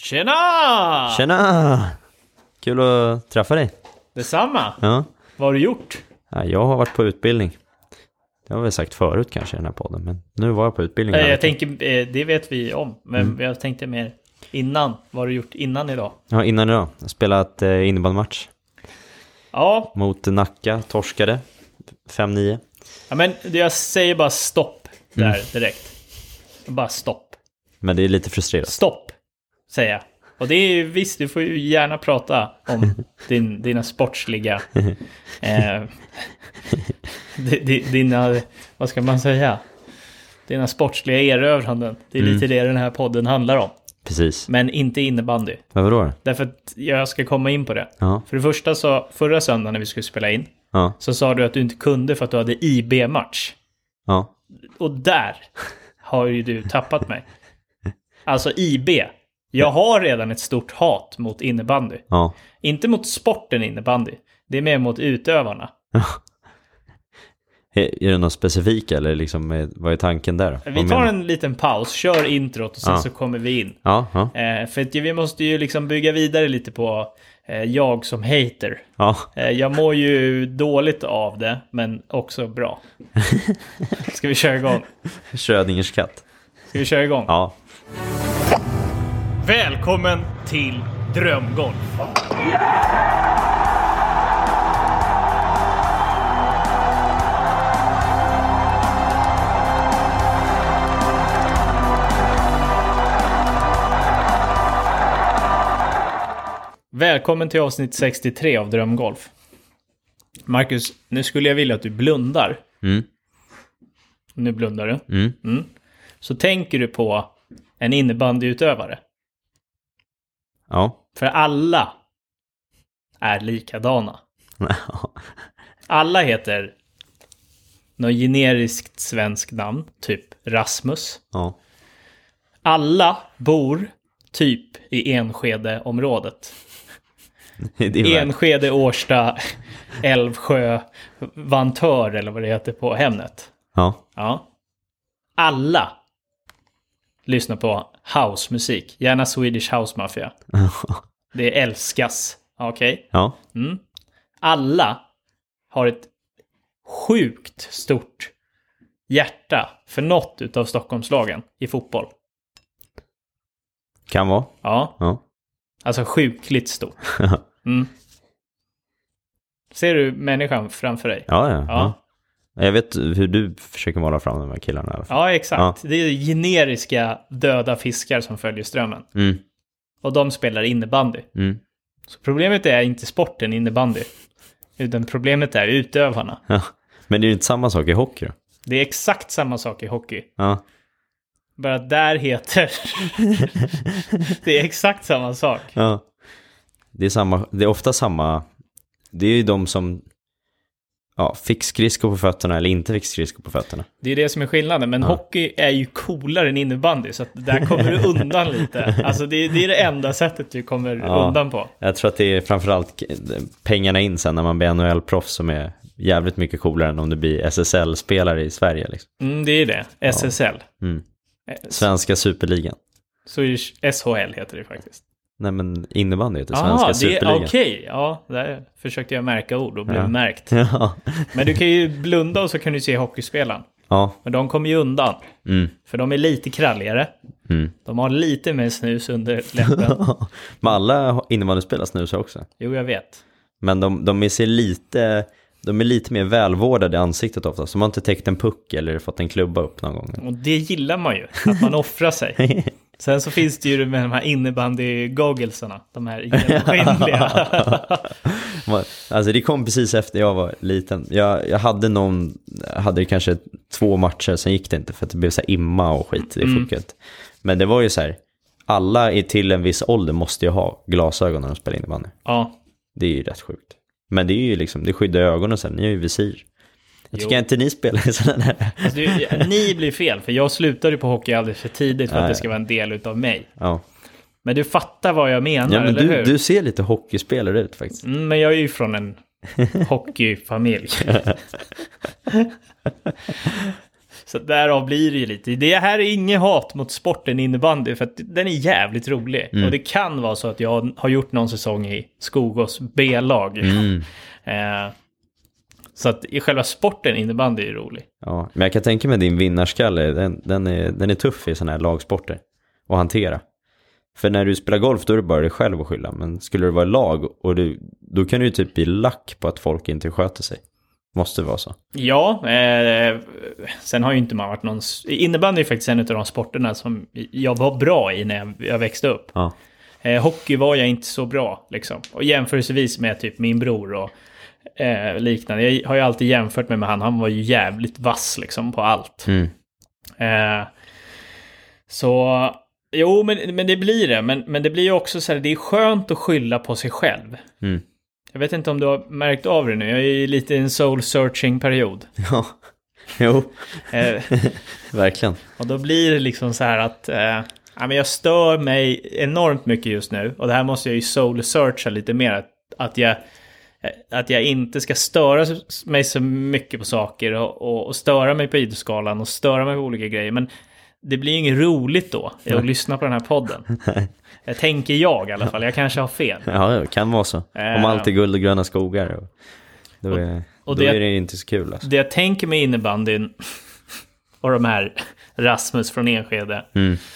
Tjena! Tjena! Kul att träffa dig. Detsamma. Ja. Vad har du gjort? Ja, jag har varit på utbildning. Det har vi sagt förut kanske i den här podden, men nu var jag på utbildning. Jag tänker, det vet vi om, men jag tänkte mer innan. Vad har du gjort innan idag? Ja, innan idag. Jag har spelat innebandymatch. Ja. Mot Nacka, torskade 5-9. Ja, men jag säger bara stopp där direkt. Bara stopp. Men det är lite frustrerat. Stopp, säger jag. Och det är visst, du får ju gärna prata om dina sportsliga dina, vad ska man säga, dina sportsliga erövranden. Det är lite det den här podden handlar om. Precis. Men inte innebandy. Varför då? Därför att jag ska komma in på det. Ja. För det första så, förra söndagen när vi skulle spela in, så sa du att du inte kunde för att du hade IB-match. Ja. Och där har ju du tappat mig. Alltså IB. Jag har redan ett stort hat mot innebandy. Ja. Inte mot sporten innebandy. Det är mer mot utövarna. Är det något specifikt eller liksom, vad är tanken där? Vi tar en liten paus, kör introt och sen så kommer vi in. Ja. För att vi måste ju liksom bygga vidare lite på jag som hater. Ja. Jag mår ju dåligt av det, men också bra. Ska vi köra igång? Schrödingers katt. Ska vi köra igång? Ja. Välkommen till Drömgolf. Välkommen till avsnitt 63 av Drömgolf. Marcus, nu skulle jag vilja att du blundar. Nu blundar du. Så tänker du på en innebandyutövare. Ja. För alla är likadana. Alla heter något generiskt svenskt namn, typ Rasmus. Ja. Alla bor typ i Enskede-området. Enskede, Årsta, Älvsjö, Vantör eller vad det heter på Hemnet. Ja. Alla lyssnar på housemusik. Gärna Swedish House Mafia. Det älskas. Okej? Ja. Alla har ett sjukt stort hjärta för något utav Stockholmslagen i fotboll. Kan vara. Ja. Alltså sjukligt stort. Ser du människan framför dig? Ja. Jag vet hur du försöker måla fram de här killarna i alla fall. Ja, exakt. Ja. Det är generiska döda fiskar som följer strömmen. Och de spelar innebandy. Så problemet är inte sporten innebandy. Utan problemet är utövarna. Ja. Men det är ju inte samma sak i hockey då? Det är exakt samma sak i hockey. Ja. Bara där heter... det är exakt samma sak. Ja. Det är ofta samma... Det är ju de som fick skridskor på fötterna eller inte fick skridskor på fötterna. Det är det som är skillnaden. Men hockey är ju coolare än innebandy. Så att där kommer du undan lite. Alltså det är det enda sättet du kommer undan på. Jag tror att det är framförallt pengarna in sen när man blir NHL-proffs som är jävligt mycket coolare än om du blir SSL-spelare i Sverige. Liksom. Det är det. SSL. Svenska Superligan. Swedish SHL heter det faktiskt. Nej, men innebandy heter Svenska Superligan. Okej. Ja, där försökte jag märka ord och blev märkt. Ja. Men du kan ju blunda och så kan du se hockeyspelaren. Ja. Men de kommer ju undan. För de är lite kralligare. De har lite mer snus under läppen. Men alla innebandyspelare snusar också. Jo, jag vet. Men de är lite mer välvårdade i ansiktet ofta. Så man har inte täckt en puck eller fått en klubba upp någon gång. Och det gillar man ju. Att man offrar sig. Sen så finns det ju med de här innebandy-goggelsarna. De här genomskinliga. Alltså det kom precis efter jag var liten. Jag hade kanske 2 matcher, sen gick det inte för att det blev så här imma och skit i fucket. Men det var ju så här, alla till en viss ålder måste ju ha glasögon när de spelar innebandy. Ja. Det är ju rätt sjukt. Men det är ju liksom, det skyddar ögonen sen, ni har ju visir. Jag tycker inte ni spelar i sådana där. Alltså, ni blir fel, för jag slutade på hockey alldeles för tidigt för att det ska vara en del utav mig. Ja. Men du fattar vad jag menar, ja, men eller hur? Du ser lite hockeyspelare ut faktiskt. Men jag är ju från en hockeyfamilj. Så därav blir det ju lite. Det här är inget hat mot sporten innebandy, för att den är jävligt rolig. Och det kan vara så att jag har gjort någon säsong i Skogås B-lag. Så att i själva sporten innebandy är rolig. Ja, men jag kan tänka mig din vinnarskalle, den är tuff i såna här lagsporter att hantera. För när du spelar golf då är det bara dig själv att skylla. Men skulle det vara lag och då kan du ju typ bli lack på att folk inte sköter sig. Måste vara så. Ja, sen har ju inte man varit någon... Innebandy är faktiskt en av de sporterna som jag var bra i när jag växte upp. Ja. Hockey var jag inte så bra liksom. Och jämförelsevis med typ min bror och liknande. Jag har ju alltid jämfört med han. Han var ju jävligt vass liksom på allt. Så... Jo, men det blir det. Men det blir ju också så här, det är skönt att skylla på sig själv. Jag vet inte om du har märkt av det nu. Jag är lite i en soul-searching-period. Ja, jo. Verkligen. Och då blir det liksom så här att men jag stör mig enormt mycket just nu. Och det här måste jag ju soul-searcha lite mer. Att jag inte ska störa mig så mycket på saker. Och störa mig på idrottsskalan och störa mig på olika grejer. Men det blir inget roligt då att lyssna på den här podden. Jag tänker i alla fall. Jag kanske har fel. Ja, det kan vara så. Om allt är guld och gröna skogar. Då är det inte så kul. Alltså. Det jag tänker med innebandyn och de här Rasmus från Enskede.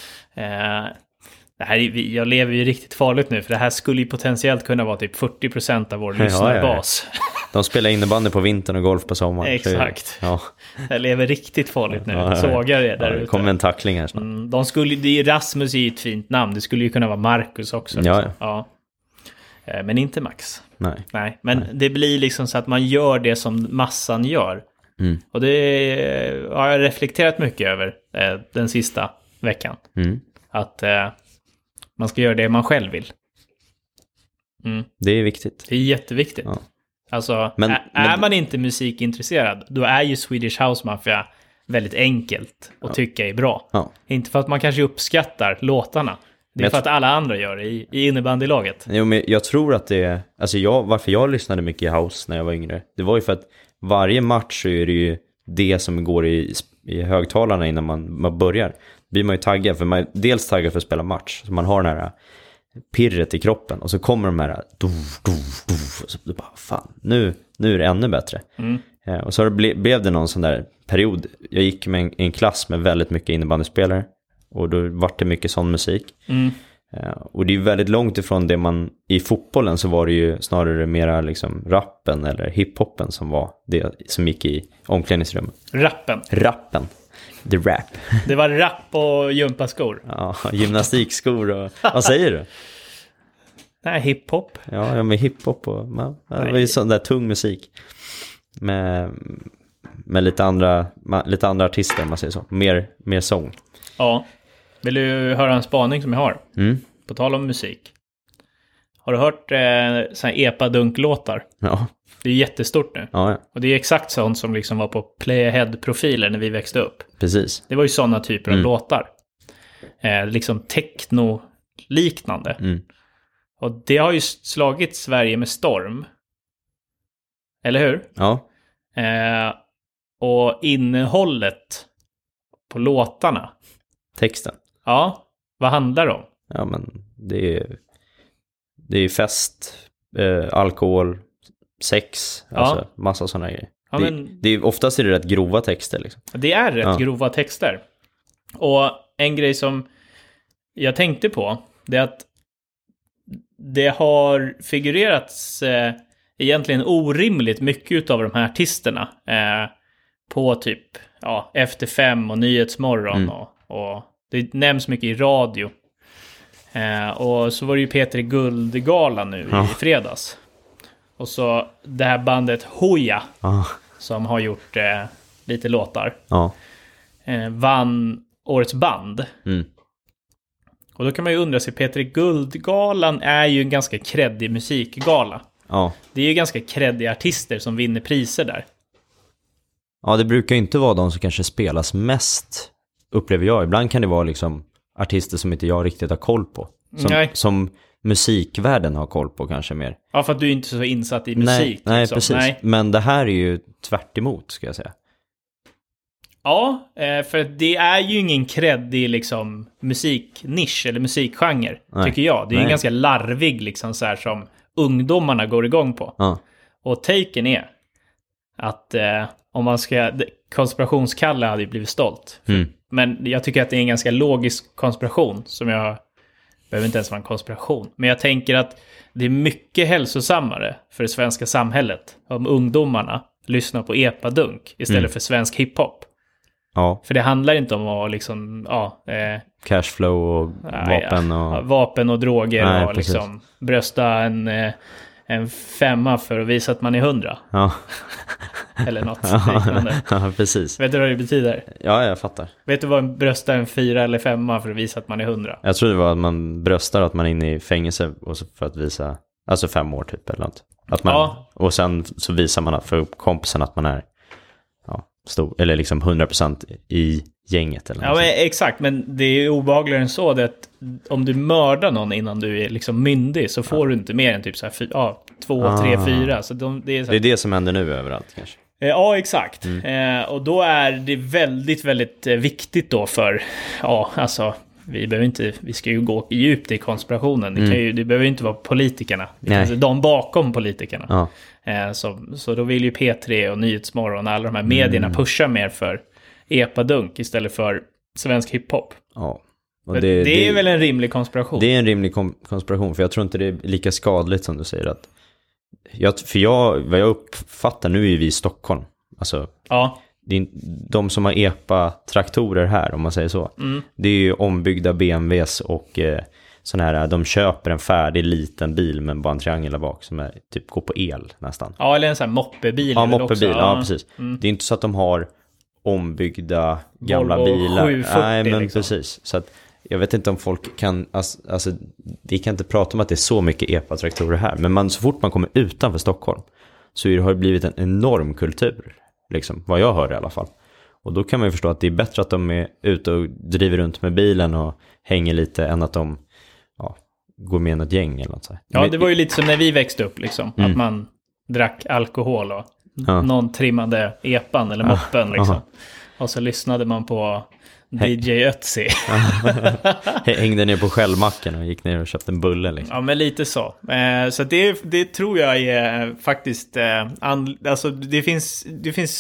Det här, jag lever ju riktigt farligt nu. För det här skulle ju potentiellt kunna vara typ 40% av vår lyssnarbas. Ja. De spelar innebandy på vintern och golf på sommaren. Exakt. Ja. Jag lever riktigt farligt nu. Sågar det där ute. Det kommer en tackling här snart. Rasmus är ju ett fint namn. Det skulle ju kunna vara Marcus också. Ja. Men inte Max. Nej. Men det blir liksom så att man gör det som massan gör. Och det har jag reflekterat mycket över den sista veckan. Att man ska göra det man själv vill. Det är viktigt. Det är jätteviktigt. Ja. Alltså, är man inte musikintresserad, då är ju Swedish House Mafia väldigt enkelt att tycka är bra. Ja. Inte för att man kanske uppskattar låtarna. Det är för att alla andra gör det i innebandylaget. Jo, men jag tror att det är... Alltså varför jag lyssnade mycket i house när jag var yngre, det var ju för att varje match så är det ju det som går i högtalarna innan man börjar. Blir man ju taggad, för man är dels taggad för att spela match. Så man har den här pirret i kroppen. Och så kommer de här... Och så du bara, fan, nu är det ännu bättre. Och så blev det någon sån där period. Jag gick med en klass med väldigt mycket innebandyspelare. Och då var det mycket sån musik. Och det är väldigt långt ifrån det man... I fotbollen så var det ju snarare mera liksom rappen eller hiphoppen som var det som gick i omklädningsrummet. Rappen. The rap. Det var rap och gympaskor. Ja, gymnastikskor och... Vad säger du? Nej, hiphop. Ja, med hiphop och... det var ju sån där tung musik. Med lite andra artister, man säger så. Mer sång. Ja. Vill du höra en spaning som jag har? På tal om musik. Har du hört såna här epa-dunk-låtar? Ja. Det är jättestort nu. Ja. Och det är exakt sånt som liksom var på Playahead-profiler när vi växte upp. Precis. Det var ju sådana typer av låtar. Liksom techno-liknande. Och det har ju slagit Sverige med storm. Eller hur? Ja. Och innehållet på låtarna. Texten. Ja. Vad handlar det om? Ja, men det är fest, alkohol, sex, alltså massa sådana grejer. Ja, det är oftast är det rätt grova texter liksom. Det är rätt grova texter. Och en grej som jag tänkte på, det är att det har figurerats egentligen orimligt mycket av de här artisterna på typ Efter 5 och Nyhetsmorgon och det nämns mycket i radio. Och så var det ju Peter Guldgalan nu i fredags. Och så det här bandet Hoja som har gjort lite låtar vann årets band. Och då kan man ju undra sig, Peter Guldgalan är ju en ganska kreddig musikgala. Det är ju ganska kreddiga artister som vinner priser där. Ja, det brukar ju inte vara de som kanske spelas mest, upplever jag. Ibland kan det vara liksom artister som inte jag riktigt har koll på. Som musikvärlden har koll på kanske mer. Ja, för att du är inte så insatt i musik. Nej, liksom. Precis. Nej. Men det här är ju tvärt emot, ska jag säga. Ja, för det är ju ingen kreddig liksom musiknisch eller musikgenre, tycker jag. Det är ju en ganska larvig liksom så här som ungdomarna går igång på. Och taken är att om man ska... Konspirationskalle hade ju blivit stolt. Men jag tycker att det är en ganska logisk konspiration som jag... behöver inte ens vara en konspiration. Men jag tänker att det är mycket hälsosammare för det svenska samhället om ungdomarna lyssnar på epadunk istället för svensk hiphop. Ja. För det handlar inte om att liksom... Cashflow och vapen och... Vapen och droger och liksom brösta en 5 för att visa att man är 100. Ja. Eller något liknande. Ja, precis. Vet du vad det betyder? Ja, jag fattar. Vet du vad en brösta en 4 eller 5 för att visa att man är 100? Jag tror det var att man bröstar att man är inne i fängelse och så för att visa, alltså 5 år typ eller något. Att man, och sen så visar man för kompisen att man är stor, eller liksom 100% i gänget eller något. Ja, men exakt, men det är obehagligare än så, det att om du mördar någon innan du är liksom myndig så får du inte mer än typ så här 2, 3, 4. Så det är det som händer nu överallt kanske. Ja, exakt. Och då är det väldigt, väldigt viktigt då för, alltså vi ska ju gå djupt i konspirationen. Det behöver ju inte vara politikerna. De bakom politikerna. Så då vill ju P3 och Nyhetsmorgon och alla de här medierna pusha mer för epadunk istället för svensk hiphop. Ja. Och det är väl en rimlig konspiration? Det är en rimlig konspiration, för jag tror inte det är lika skadligt som du säger. Att vad jag uppfattar, nu är vi i Stockholm. Alltså, det är de som har epa-traktorer här, om man säger så. Det är ju ombyggda BMWs och sån här, de köper en färdig liten bil med bara en triangel där bak som är, typ går på el nästan. Ja, eller en sån här moppebil. Ja, moppebil, precis. Det är inte så att de har ombyggda gamla Volvo bilar. 740, nej, men liksom. Precis. Så att jag vet inte om folk kan, alltså vi kan inte prata om att det är så mycket epa-traktorer här, men så fort man kommer utanför Stockholm så har det blivit en enorm kultur, liksom, vad jag hör i alla fall. Och då kan man ju förstå att det är bättre att de är ute och driver runt med bilen och hänger lite än att de går med något gäng eller något så här. Ja, det var ju lite som när vi växte upp liksom, att man drack alkohol och någon trimmade epan eller moppen liksom. Och så lyssnade man på DJ Ötzi. Hängde ner på Shellmacken och gick ner och köpte en bulle liksom. Ja, men lite så. Så det tror jag är faktiskt alltså det finns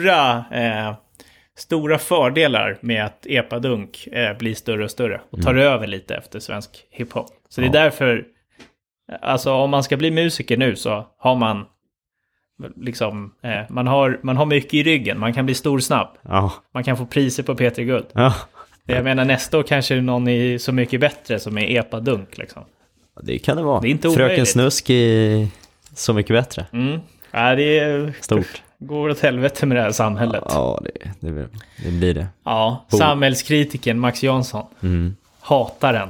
stora fördelar med att epadunk blir större och större och tar över lite efter svensk hiphop. Så det är därför, alltså om man ska bli musiker nu så har man liksom, man har mycket i ryggen. Man kan bli stor snabb. Man kan få priser på P3 Guld. Jag menar, nästa år kanske är någon i Så mycket bättre som är epadunk liksom. Det kan det vara. Det är inte Fröken Snusk i Så mycket bättre. Ja, det är stort. Går åt helvete med det här samhället. Ja, det blir det. Ja, samhällskritiken Max Jansson. Hatar den.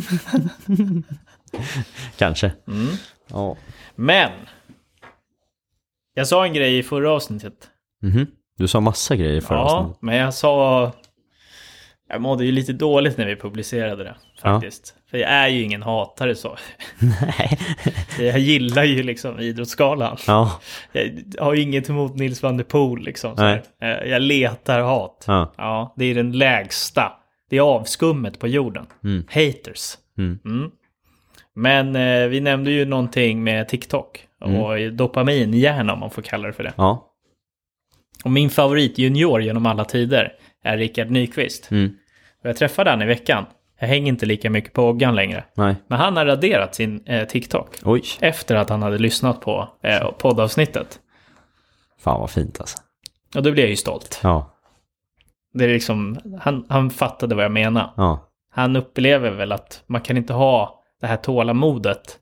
Kanske. Ja. Men jag sa en grej i förra avsnittet. Du sa massa grejer i förra avsnittet. Men jag mådde ju lite dåligt när vi publicerade det faktiskt. För jag är ju ingen hatare så. Nej. Jag gillar ju liksom Idrottsgalan. Jag har ju inget emot Nils van der Poel liksom. Så jag letar hat. Det är den lägsta. Det är avskummet på jorden. Haters. Men vi nämnde ju någonting med TikTok. Och dopaminhjärna, om man får kalla det för det. Och min favoritjunior genom alla tider är Rickard Nyqvist. Och jag träffade han i veckan. Jag hänger inte lika mycket på Oggan längre. Men han har raderat sin TikTok. Efter att han hade lyssnat på poddavsnittet. Fan vad fint alltså. Och då blev jag ju stolt. Det är liksom, han fattade vad jag menar. Han upplever väl att man kan inte ha det här tålamodet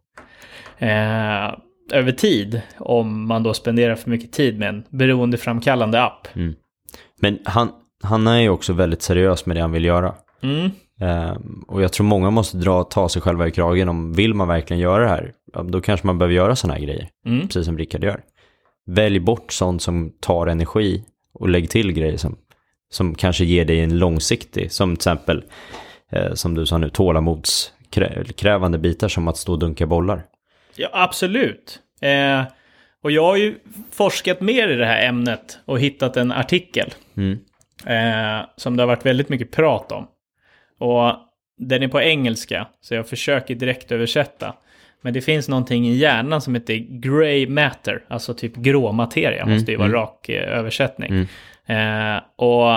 över tid om man då spenderar för mycket tid med en beroendeframkallande app. Men han är ju också väldigt seriös med det han vill göra. Och jag tror många måste ta sig själva i kragen om vill man verkligen göra det här. Då kanske man behöver göra såna här grejer. Precis som Rickard gör. Välj bort sånt som tar energi och lägg till grejer som kanske ger dig en långsiktig, som till exempel som du sa nu, tålamodskrävande bitar som att stå och dunka bollar. Ja, absolut. Och jag har ju forskat mer i det här ämnet och hittat en artikel som det har varit väldigt mycket prat om. Och den är på engelska, så jag försöker direkt översätta. Men det finns någonting i hjärnan som heter grey matter, alltså typ grå materia, måste ju vara rak översättning. Och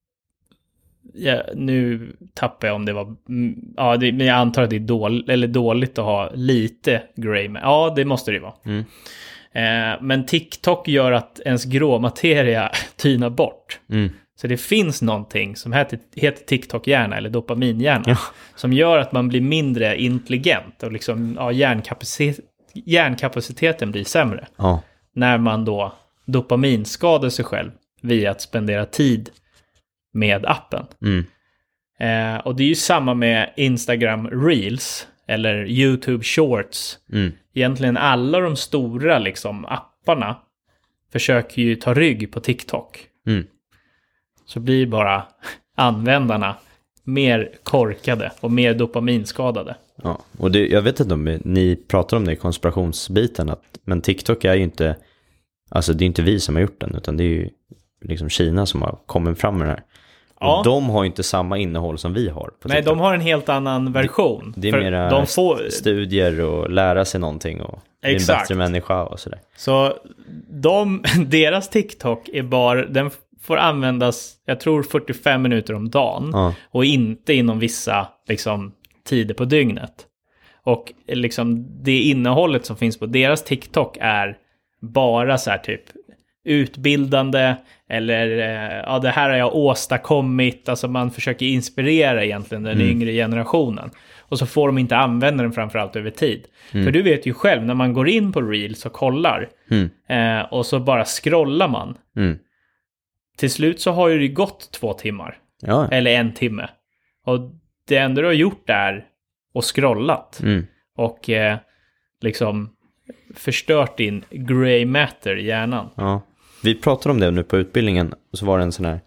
nu tappar jag om det var... men jag antar att det är dåligt att ha lite grey matter. Ja, det måste det ju vara. Men TikTok gör att ens grå materia tynar bort. Så det finns någonting som heter TikTok-hjärna eller dopaminhjärna som gör att man blir mindre intelligent och liksom, hjärnkapaciteten blir sämre. När man då dopaminskadar sig själv via att spendera tid med appen. Och det är ju samma med Instagram Reels eller YouTube Shorts. Egentligen alla de stora liksom, apparna försöker ju ta rygg på TikTok. Så blir bara användarna mer korkade och mer dopaminskadade. Ja, och jag vet inte om ni pratar om det i konspirationsbiten, men TikTok är ju inte, alltså det är inte vi som har gjort den, utan det är ju liksom Kina som har kommit fram med det här. Och de har ju inte samma innehåll som vi har på TikTok. Nej, de har en helt annan version. Det är mera studier och lära sig någonting och bli en bättre människa och sådär. Så deras TikTok är bara, den får användas, jag tror 45 minuter om dagen och inte inom vissa liksom, tider på dygnet. Och liksom, det innehållet som finns på deras TikTok är bara så här typ utbildande eller det här har jag åstadkommit. Alltså man försöker inspirera egentligen den yngre generationen. Och så får de inte använda den framförallt över tid. För du vet ju själv, när man går in på Reels och kollar och så bara scrollar man. Till slut så har ju det gått 2 timmar. Eller 1 timme. Och det enda du har gjort är att scrollat. Och liksom förstört din grey matter i hjärnan. Ja. Vi pratade om det nu på utbildningen. Och så var det en sån här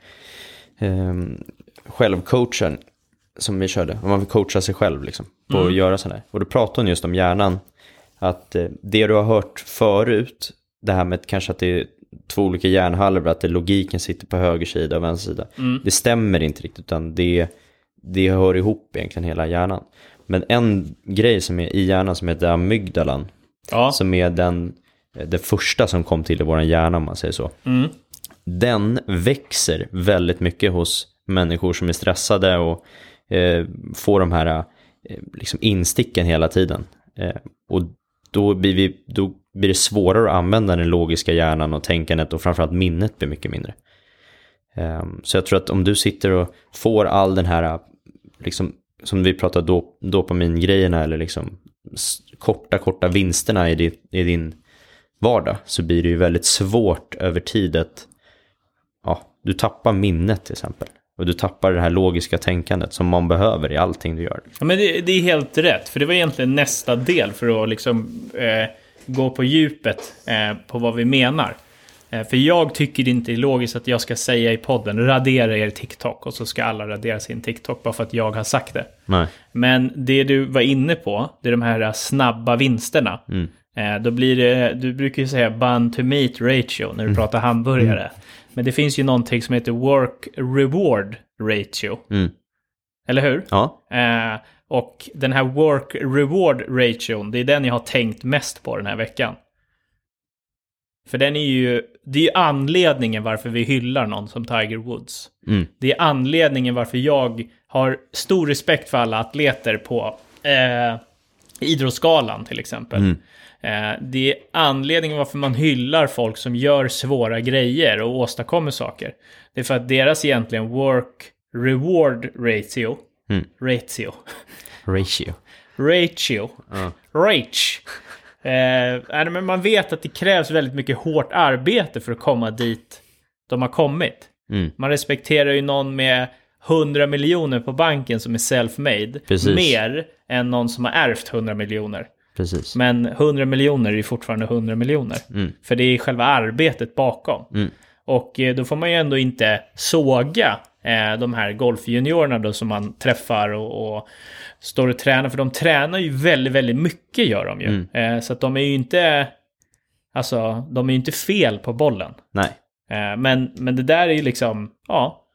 självcoachen som vi körde. Och man vill coacha sig själv liksom, på att göra sådär. Och då pratade hon just om hjärnan. Att det du har hört förut, det här med kanske att det är 2 olika hjärnhalvor, att logiken sitter på höger sida och vänster sida. Det stämmer inte riktigt, utan det hör ihop egentligen hela hjärnan. Men en grej som är i hjärnan som heter amygdalan, som är det första som kom till i vår hjärna, om man säger så. Den växer väldigt mycket hos människor som är stressade och får de här liksom insticken hela tiden. Och då blir det svårare att använda den logiska hjärnan och tänkandet, och framförallt minnet blir mycket mindre. Så jag tror att om du sitter och får all den här liksom, som vi pratar dopamingrejerna eller liksom korta vinsterna i din vardag, så blir det ju väldigt svårt över tid att du tappar minnet till exempel. Och du tappar det här logiska tänkandet som man behöver i allting du gör. Ja, men det är helt rätt. För det var egentligen nästa del för att liksom, gå på djupet på vad vi menar. För jag tycker det inte är logiskt att jag ska säga i podden, radera er TikTok, och så ska alla radera sin TikTok bara för att jag har sagt det. Nej. Men det du var inne på, det är de här snabba vinsterna. Då blir det, du brukar ju säga bun to meat ratio när du pratar hamburgare. Men det finns ju någonting som heter work-reward ratio. Eller hur? Ja. Och den här work-reward ration, det är den jag har tänkt mest på den här veckan. För det är ju anledningen varför vi hyllar någon som Tiger Woods. Det är anledningen varför jag har stor respekt för alla atleter på idrottsgalan till exempel. Det är anledningen varför man hyllar folk som gör svåra grejer och åstadkommer saker. Det är för att deras egentligen work-reward ratio. Men man vet att det krävs väldigt mycket hårt arbete för att komma dit de har kommit. Man respekterar ju någon med 100 miljoner på banken som är self-made. Mer än någon som har ärvt 100 miljoner. Precis. Men 100 miljoner är ju fortfarande 100 miljoner. För det är själva arbetet bakom. Och då får man ju ändå inte såga de här golfjuniorerna då som man träffar och står och tränar. För de tränar ju väldigt, väldigt mycket, gör de ju. Så att de är ju inte, alltså, de är ju inte fel på bollen. Nej. Men det där är ju liksom,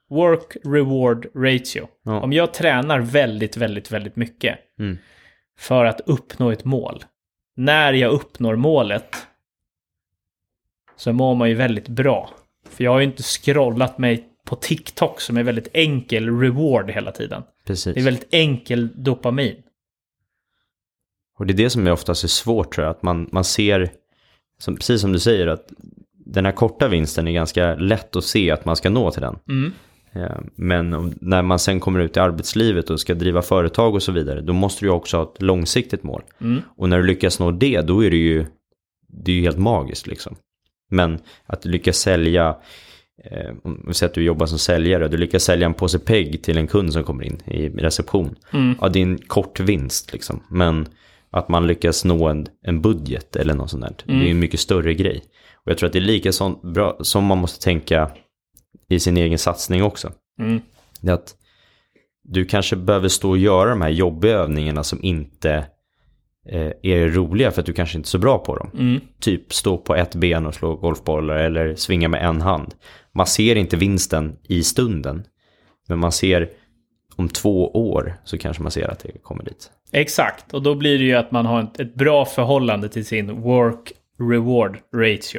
work-reward ratio. Ja. Om jag tränar väldigt, väldigt, väldigt mycket för att uppnå ett mål. När jag uppnår målet så mår man ju väldigt bra. För jag har ju inte scrollat mig på TikTok som är väldigt enkel reward hela tiden. Precis. Det är väldigt enkel dopamin. Och det är det som är oftast är svårt, tror jag. Att man ser, precis som du säger, att den här korta vinsten är ganska lätt att se att man ska nå till den. Men när man sen kommer ut i arbetslivet och ska driva företag och så vidare, då måste du också ha ett långsiktigt mål. Och när du lyckas nå det, då är det ju helt magiskt liksom. Men att du lyckas sälja, om vi säger att du jobbar som säljare, du lyckas sälja en påse PEG till en kund som kommer in i reception. Ja, det är en kort vinst liksom. Men att man lyckas nå en budget eller något sånt där, det är en mycket större grej. Och jag tror att det är lika bra som man måste tänka i sin egen satsning också. Det är att du kanske behöver stå och göra de här jobbiga övningarna som inte är roliga för att du kanske inte är så bra på dem. Typ stå på ett ben och slå golfbollar eller svinga med en hand. Man ser inte vinsten i stunden, men man ser om 2 år så kanske man ser att det kommer dit. Exakt, och då blir det ju att man har ett bra förhållande till sin work-reward ratio.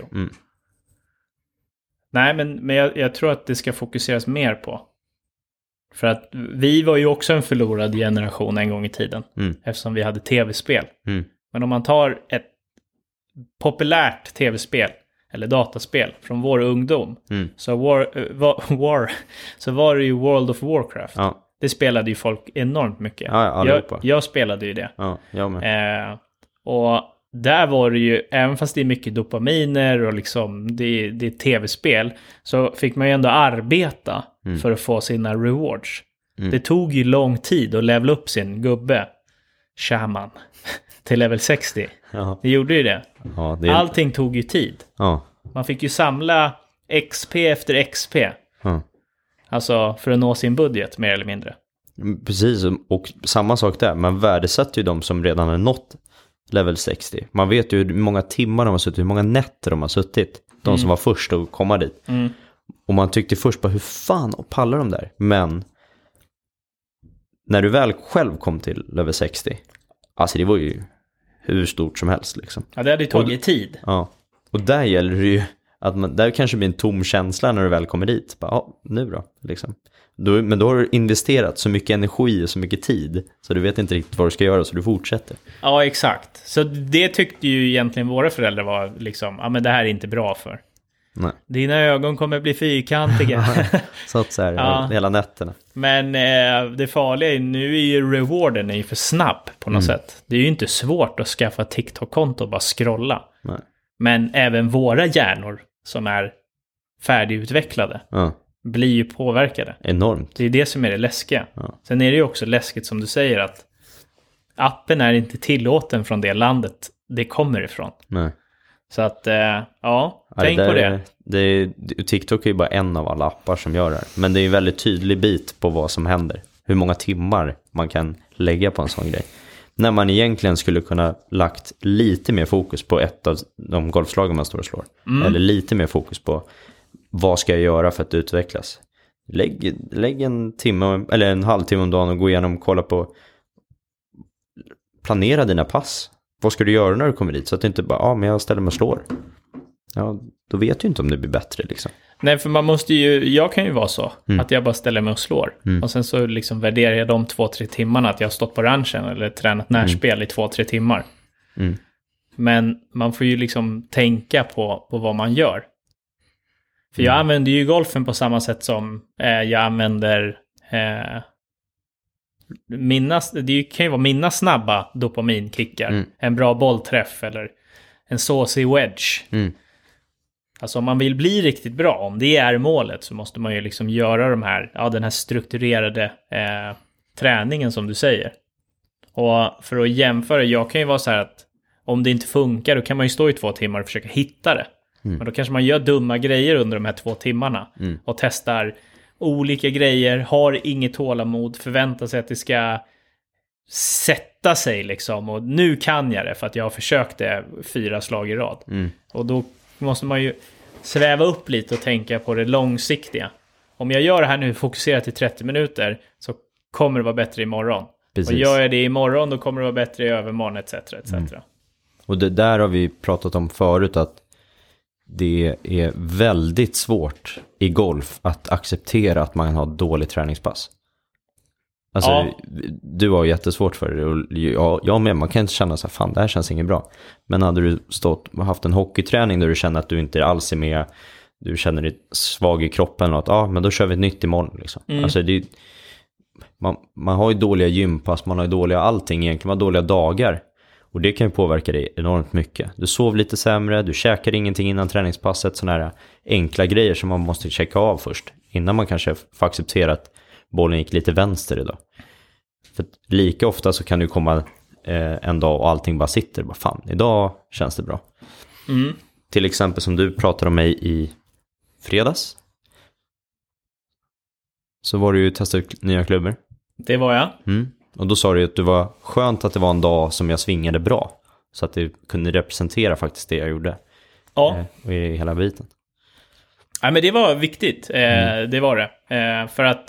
Nej, men jag tror att det ska fokuseras mer på. För att vi var ju också en förlorad generation en gång i tiden. Eftersom vi hade tv-spel. Men om man tar ett populärt tv-spel eller dataspel från vår ungdom. Så var det ju World of Warcraft. Ja. Det spelade ju folk enormt mycket. Ja, jag spelade ju det. Ja, jag med. Och där var det ju, även fast det är mycket dopaminer och liksom det är tv-spel, så fick man ju ändå arbeta för att få sina rewards. Det tog ju lång tid att levela upp sin gubbe, shaman, till level 60. Ja. Det gjorde ju det. Ja, allting tog ju tid. Ja. Man fick ju samla XP efter XP. Ja. Alltså för att nå sin budget, mer eller mindre. Precis, och samma sak där. Man värdesätter ju de som redan har nått level 60. Man vet ju hur många timmar de har suttit, hur många nätter de har suttit. De som var först att komma dit. Och man tyckte först på hur fan och pallar de där. Men när du väl själv kom till level 60, alltså det var ju hur stort som helst liksom. Ja, det hade ju tagit tid. Ja, och där gäller det ju att där kanske blir en tom känsla när du väl kommer dit. Bara, ja, nu då, liksom. Men då har du investerat så mycket energi och så mycket tid så du vet inte riktigt vad du ska göra, så du fortsätter. Ja, exakt. Så det tyckte ju egentligen våra föräldrar var liksom, ja men det här är inte bra för. Nej. Dina ögon kommer bli fyrkantiga. Så här hela nätterna. Men det farliga är nu är ju rewarden är ju för snabb på något sätt. Det är ju inte svårt att skaffa TikTok-konto och bara scrolla. Nej. Men även våra hjärnor som är färdigutvecklade blir ju påverkade. Enormt. Det är det som är det läskiga. Ja. Sen är det ju också läskigt som du säger att appen är inte tillåten från det landet det kommer ifrån. Nej. Så att, tänk på det. TikTok är ju bara en av alla appar som gör det här. Men det är ju en väldigt tydlig bit på vad som händer. Hur många timmar man kan lägga på en sån grej. När man egentligen skulle kunna lagt lite mer fokus på ett av de golfslagen man står och slår. Eller lite mer fokus på vad ska jag göra för att utvecklas. Lägg en timme eller en halvtimme om dagen och gå igenom och kolla på. Planera dina pass. Vad ska du göra när du kommer dit? Så att du inte bara, men jag ställer mig och slår. Ja, då vet du inte om det blir bättre liksom. Nej, för man måste ju, jag kan ju vara så att jag bara ställer mig och slår. Och sen så liksom värderar jag de 2-3 timmarna att jag har stått på ranchen eller tränat närspel i 2-3 timmar. Men man får ju liksom tänka på vad man gör. För jag använder ju golfen på samma sätt som jag använder det kan ju vara mina snabba dopaminkickar. En bra bollträff eller en såsig wedge. Alltså om man vill bli riktigt bra, om det är målet, så måste man ju liksom göra den här strukturerade träningen som du säger. Och för att jämföra, jag kan ju vara så här att om det inte funkar, då kan man ju stå i 2 timmar och försöka hitta det. Men då kanske man gör dumma grejer under de här 2 timmarna och testar olika grejer, har inget tålamod, förväntar sig att det ska sätta sig liksom, och nu kan jag det för att jag har försökt det 4 slag i rad. Och då måste man ju sväva upp lite och tänka på det långsiktiga. om jag gör det här nu fokuserat i 30 minuter så kommer det vara bättre imorgon. Precis. Och gör jag det imorgon då kommer det vara bättre i övermorgon etc. Och det där har vi pratat om förut, att det är väldigt svårt i golf att acceptera att man har dålig träningspass. Alltså, du har jättesvårt för det. Och jag med, man kan inte känna så här, fan, det här känns inget bra. Men hade du haft en hockeyträning där du känner att du inte alls är med, du känner dig svag i kroppen och att, men då kör vi ett nytt imorgon liksom. Alltså man har ju dåliga gympass, man har ju dåliga allting egentligen, man har dåliga dagar. Och det kan ju påverka dig enormt mycket. Du sov lite sämre, du käkar ingenting innan träningspasset. Sådana här enkla grejer som man måste checka av först. Innan man kanske får acceptera att bollen gick lite vänster idag. För lika ofta så kan du komma en dag och allting bara sitter. Bara, fan, idag känns det bra. Till exempel som du pratade om mig i fredags. Så var du ju testat nya klubbor. Det var jag. Och då sa du att det var skönt att det var en dag som jag svingade bra. Så att det kunde representera faktiskt det jag gjorde. Ja. Och i hela biten. Ja, men det var viktigt. Det var det. För att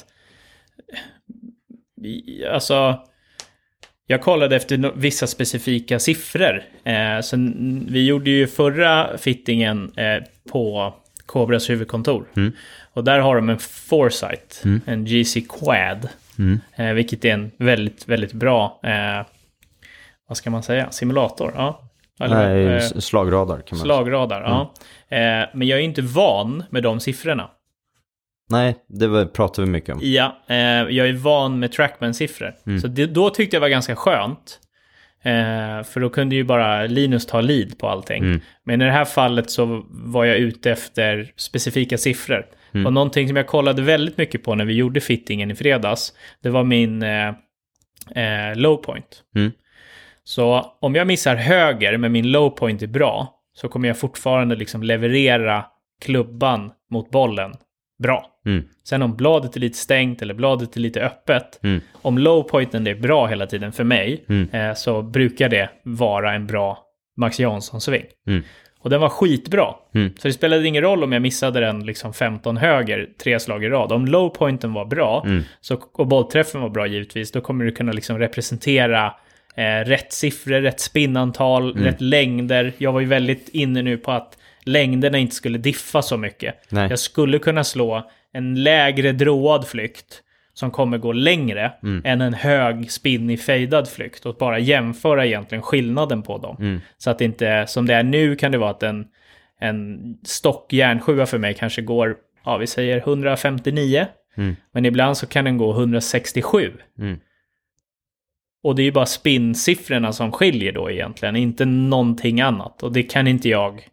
alltså jag kollade efter vissa specifika siffror. Så vi gjorde ju förra fittingen på Cobras huvudkontor. Och där har de en Foresight, en GC Quad. Vilket är en väldigt, väldigt bra vad ska man säga? Simulator, ja. Eller, slagradar kan man slagradar, ja. Men jag är inte van med de siffrorna. Nej, det pratar vi mycket om. Ja, jag är van med Trackman-siffror. Så då tyckte jag var ganska skönt. För då kunde ju bara Linus ta lead på allting. Men i det här fallet så var jag ute efter specifika siffror. Och någonting som jag kollade väldigt mycket på när vi gjorde fittingen i fredags, det var min low point. Så om jag missar höger men min low point är bra, så kommer jag fortfarande liksom leverera klubban mot bollen bra. Sen om bladet är lite stängt eller bladet är lite öppet, om low pointen är bra hela tiden för mig, så brukar det vara en bra Max Jansson-sving. Och den var skitbra. Så det spelade ingen roll om jag missade den liksom 15 höger 3 slag i rad. Om low pointen var bra och bollträffen var bra givetvis, då kommer du kunna liksom representera rätt siffror, rätt spinnantal, rätt längder. Jag var ju väldigt inne nu på att längderna inte skulle diffa så mycket. Nej. Jag skulle kunna slå en lägre dråad flykt som kommer gå längre än en hög spinnig fejdad flykt, och bara jämföra egentligen skillnaden på dem. Så att inte, som det är nu kan det vara att en stock järnsjua för mig kanske går, vi säger 159, men ibland så kan den gå 167. Och det är ju bara spinnsiffrorna som skiljer då egentligen, inte någonting annat. Och det kan inte jag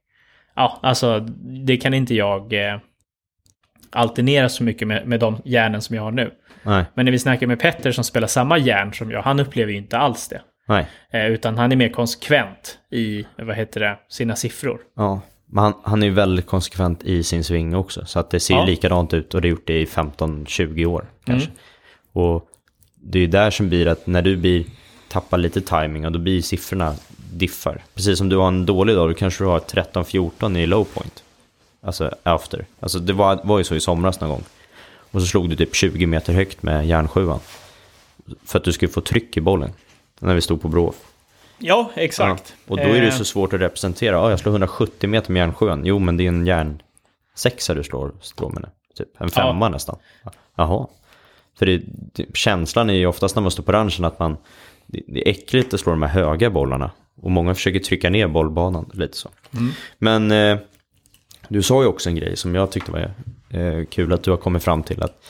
alternera så mycket med de järnen som jag har nu. Nej. Men när vi snackar med Petter som spelar samma järn som jag, han upplever ju inte alls det. Nej. Utan han är mer konsekvent i, sina siffror. Ja, men han är ju väldigt konsekvent i sin sving också. Så att det ser likadant ut, och det har gjort det i 15-20 år kanske. Och det är ju där som blir att när du tappar lite timing, och då blir siffrorna diffar. Precis som du har en dålig dag, då kanske du har 13-14 i low point. Alltså after. Alltså det var ju så i somras någon gång. Och så slog du typ 20 meter högt med järnsjuan. För att du skulle få tryck i bollen. När vi stod på Bråf. Ja, exakt. Ja. Och då är det så svårt att representera. Jag slår 170 meter med järnsjuan. Jo, men det är en järnsexa du slår med det. Typ en 5 nästan. Jaha. För känslan är ju oftast när man står på ranchen att det är äckligt att slå de här höga bollarna. Och många försöker trycka ner bollbanan lite så. Men du sa ju också en grej som jag tyckte var kul att du har kommit fram till. Att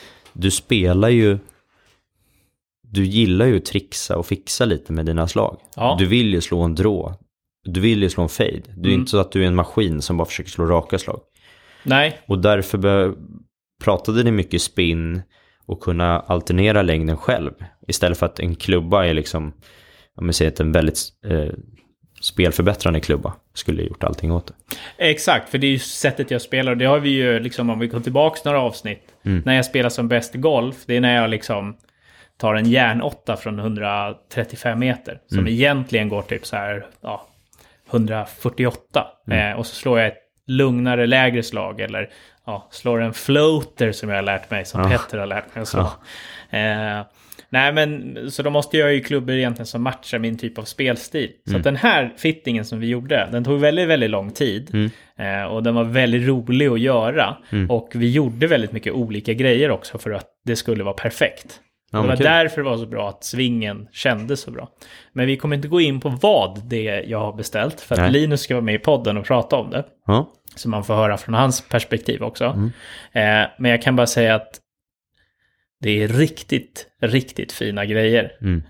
du gillar ju att trixa och fixa lite med dina slag. Ja. Du vill ju slå en draw. Du vill ju slå en fade. Det är inte så att du är en maskin som bara försöker slå raka slag. Nej. Och därför pratade ni mycket spin och kunna alternera längden själv. Istället för att en klubba är liksom, om man säger att en väldigt spelförbättrande klubba skulle gjort allting åt det. Exakt, för det är ju sättet jag spelar. Och det har vi ju liksom, om vi går tillbaka några avsnitt. När jag spelar som bäst golf, det är när jag liksom tar en järn 8 från 135 meter. Som egentligen går typ så här 148. Och så slår jag ett lugnare, lägre slag. Eller slår en floater som jag har lärt mig, som Petter har lärt mig att slå. Nej, men så då måste jag ju klubbor egentligen som matchar min typ av spelstil. Så att den här fittingen som vi gjorde, den tog väldigt, väldigt lång tid. Och den var väldigt rolig att göra. Och vi gjorde väldigt mycket olika grejer också för att det skulle vara perfekt. Det var därför det var så bra att svingen kändes så bra. Men vi kommer inte gå in på vad det jag har beställt. För att Linus ska vara med i podden och prata om det. Så man får höra från hans perspektiv också. Men jag kan bara säga att det är riktigt, riktigt fina grejer.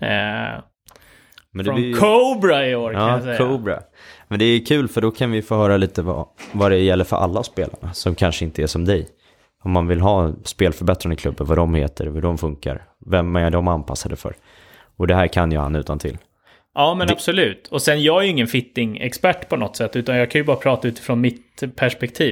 Men från blir... Cobra i år kan jag säga. Cobra. Men det är kul för då kan vi få höra lite vad det gäller för alla spelarna som kanske inte är som dig. Om man vill ha spelförbättrande klubbar, vad de heter, hur de funkar. Vem är de anpassade för? Och det här kan ju han utan till. Ja, men absolut. Och sen jag är ju ingen fitting-expert på något sätt, utan jag kan ju bara prata utifrån mitt perspektiv.